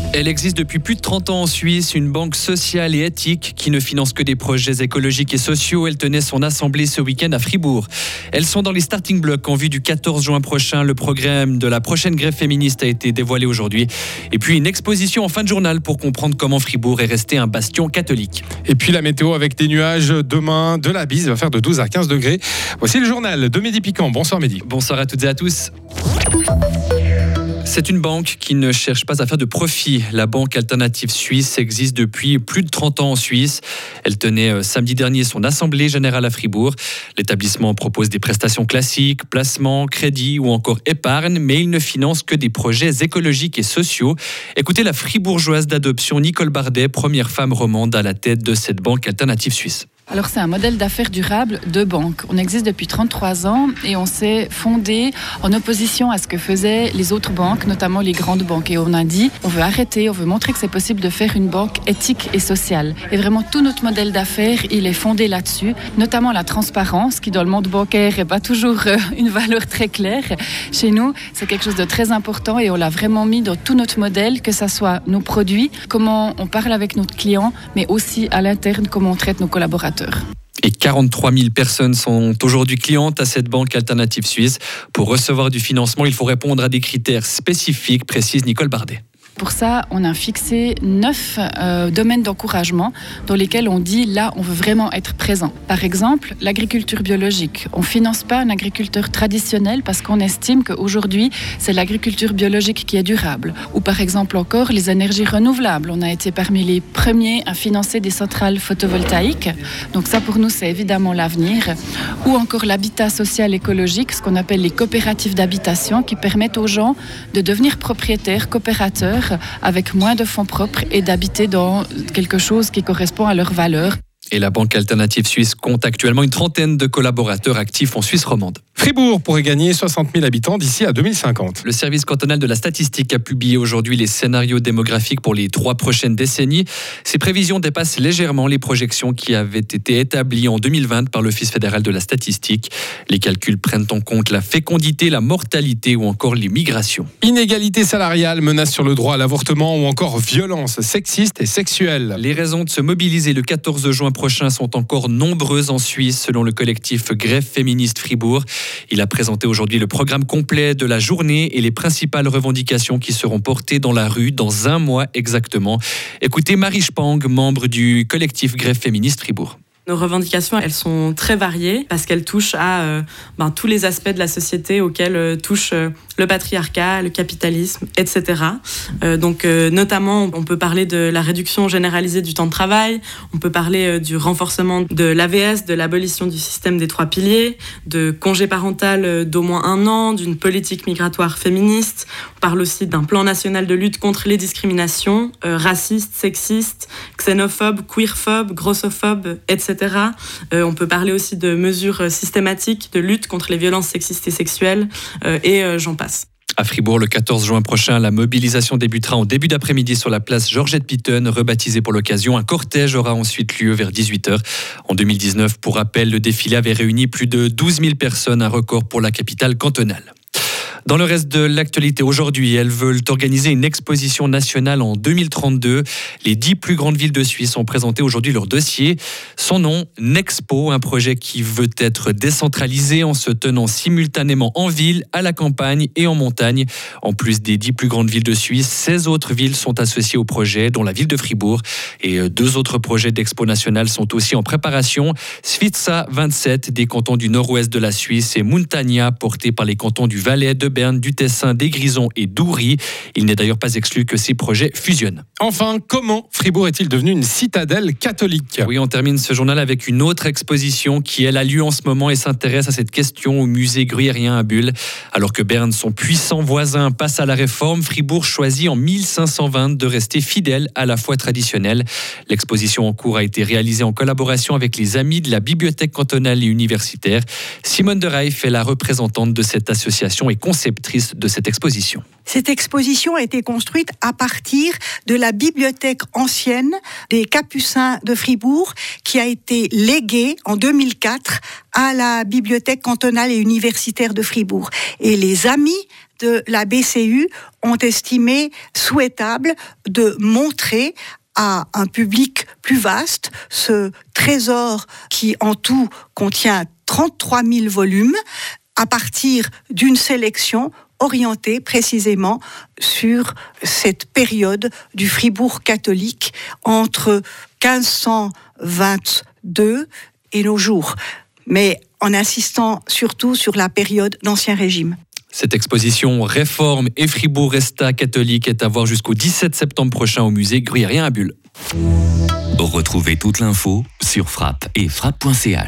Elle existe depuis plus de 30 ans en Suisse, une banque sociale et éthique qui ne finance que des projets écologiques et sociaux. Elle tenait son assemblée ce week-end à Fribourg. Elles sont dans les starting blocks en vue du 14 juin prochain. Le programme de la prochaine grève féministe a été dévoilé aujourd'hui. Et puis une exposition en fin de journal pour comprendre comment Fribourg est resté un bastion catholique. Et puis la météo avec des nuages demain, de la bise, va faire de 12 à 15 degrés. Voici le journal de Mehdi Piquant. Bonsoir Mehdi. Bonsoir à toutes et à tous. C'est une banque qui ne cherche pas à faire de profit. La Banque Alternative Suisse existe depuis plus de 30 ans en Suisse. Elle tenait samedi dernier son assemblée générale à Fribourg. L'établissement propose des prestations classiques, placements, crédits ou encore épargne, mais il ne finance que des projets écologiques et sociaux. Écoutez la fribourgeoise d'adoption Nicole Bardet, première femme romande à la tête de cette Banque Alternative Suisse. Alors c'est un modèle d'affaires durable de banque. On existe depuis 33 ans et on s'est fondé en opposition à ce que faisaient les autres banques, notamment les grandes banques. Et on a dit, on veut arrêter, on veut montrer que c'est possible de faire une banque éthique et sociale. Et vraiment tout notre modèle d'affaires, il est fondé là-dessus, notamment la transparence, qui dans le monde bancaire n'est pas toujours une valeur très claire. Chez nous, c'est quelque chose de très important et on l'a vraiment mis dans tout notre modèle, que ça soit nos produits, comment on parle avec notre client, mais aussi à l'interne, comment on traite nos collaborateurs. Et 43 000 personnes sont aujourd'hui clientes à cette banque alternative suisse. Pour recevoir du financement, il faut répondre à des critères spécifiques, précise Nicole Bardet. Pour ça, on a fixé 9 domaines d'encouragement dans lesquels on dit là, on veut vraiment être présent. Par exemple, l'agriculture biologique. On ne finance pas un agriculteur traditionnel parce qu'on estime qu'aujourd'hui, c'est l'agriculture biologique qui est durable. Ou par exemple encore, les énergies renouvelables. On a été parmi les premiers à financer des centrales photovoltaïques. Donc ça, pour nous, c'est évidemment l'avenir. Ou encore l'habitat social écologique, ce qu'on appelle les coopératives d'habitation qui permettent aux gens de devenir propriétaires, coopérateurs, avec moins de fonds propres et d'habiter dans quelque chose qui correspond à leurs valeurs. Et la Banque Alternative Suisse compte actuellement une trentaine de collaborateurs actifs en Suisse romande. Fribourg pourrait gagner 60 000 habitants d'ici à 2050. Le service cantonal de la statistique a publié aujourd'hui les scénarios démographiques pour les 3 prochaines décennies. Ces prévisions dépassent légèrement les projections qui avaient été établies en 2020 par l'Office fédéral de la statistique. Les calculs prennent en compte la fécondité, la mortalité ou encore les migrations. Inégalité salariale, menace sur le droit à l'avortement ou encore violence sexiste et sexuelle. Les raisons de se mobiliser le 14 juin prochain sont encore nombreuses en Suisse, selon le collectif Grève féministe Fribourg. Il a présenté aujourd'hui le programme complet de la journée et les principales revendications qui seront portées dans la rue dans un mois exactement. Écoutez Marie Spang, membre du collectif Grève féministe Fribourg. Nos revendications, elles sont très variées parce qu'elles touchent à tous les aspects de la société auxquels touche le patriarcat, le capitalisme, etc. Notamment, on peut parler de la réduction généralisée du temps de travail, on peut parler du renforcement de l'AVS, de l'abolition du système des 3 piliers, de congé parental d'au moins 1 an, d'une politique migratoire féministe. On parle aussi d'un plan national de lutte contre les discriminations racistes, sexistes, xénophobes, queerphobes, grossophobes, etc. On peut parler aussi de mesures systématiques de lutte contre les violences sexistes et sexuelles et j'en passe. À Fribourg, le 14 juin prochain, la mobilisation débutera en début d'après-midi sur la place Georgette Pitton, rebaptisée pour l'occasion. Un cortège aura ensuite lieu vers 18h. En 2019, pour rappel, le défilé avait réuni plus de 12 000 personnes, un record pour la capitale cantonale. Dans le reste de l'actualité, aujourd'hui, elles veulent organiser une exposition nationale en 2032. Les 10 plus grandes villes de Suisse ont présenté aujourd'hui leur dossier. Son nom, Nexpo, un projet qui veut être décentralisé en se tenant simultanément en ville, à la campagne et en montagne. En plus des 10 plus grandes villes de Suisse, 16 autres villes sont associées au projet, dont la ville de Fribourg. Et 2 autres projets d'expo nationale sont aussi en préparation. Svitza 27 des cantons du nord-ouest de la Suisse et Montagna, porté par les cantons du Valais, de Berne, du Tessin, des Grisons et d'Oury. Il n'est d'ailleurs pas exclu que ces projets fusionnent. Enfin, comment Fribourg est-il devenu une citadelle catholique ? Oui, on termine ce journal avec une autre exposition qui, elle, a lieu en ce moment et s'intéresse à cette question au musée gruyérien à Bulle. Alors que Berne, son puissant voisin, passe à la réforme, Fribourg choisit en 1520 de rester fidèle à la foi traditionnelle. L'exposition en cours a été réalisée en collaboration avec les amis de la bibliothèque cantonale et universitaire. Simone de Reif est la représentante de cette association et conceptrice de cette exposition. Cette exposition a été construite à partir de la bibliothèque ancienne des Capucins de Fribourg qui a été léguée en 2004 à la bibliothèque cantonale et universitaire de Fribourg. Et les amis de la BCU ont estimé souhaitable de montrer à un public plus vaste ce trésor qui en tout contient 33 000 volumes à partir d'une sélection orientée précisément sur cette période du Fribourg catholique entre 1522 et nos jours, mais en insistant surtout sur la période d'Ancien Régime. Cette exposition Réforme et Fribourg Resta catholique est à voir jusqu'au 17 septembre prochain au musée Gruyérien à Bulle. Retrouvez toute l'info sur frappe et frappe.ch.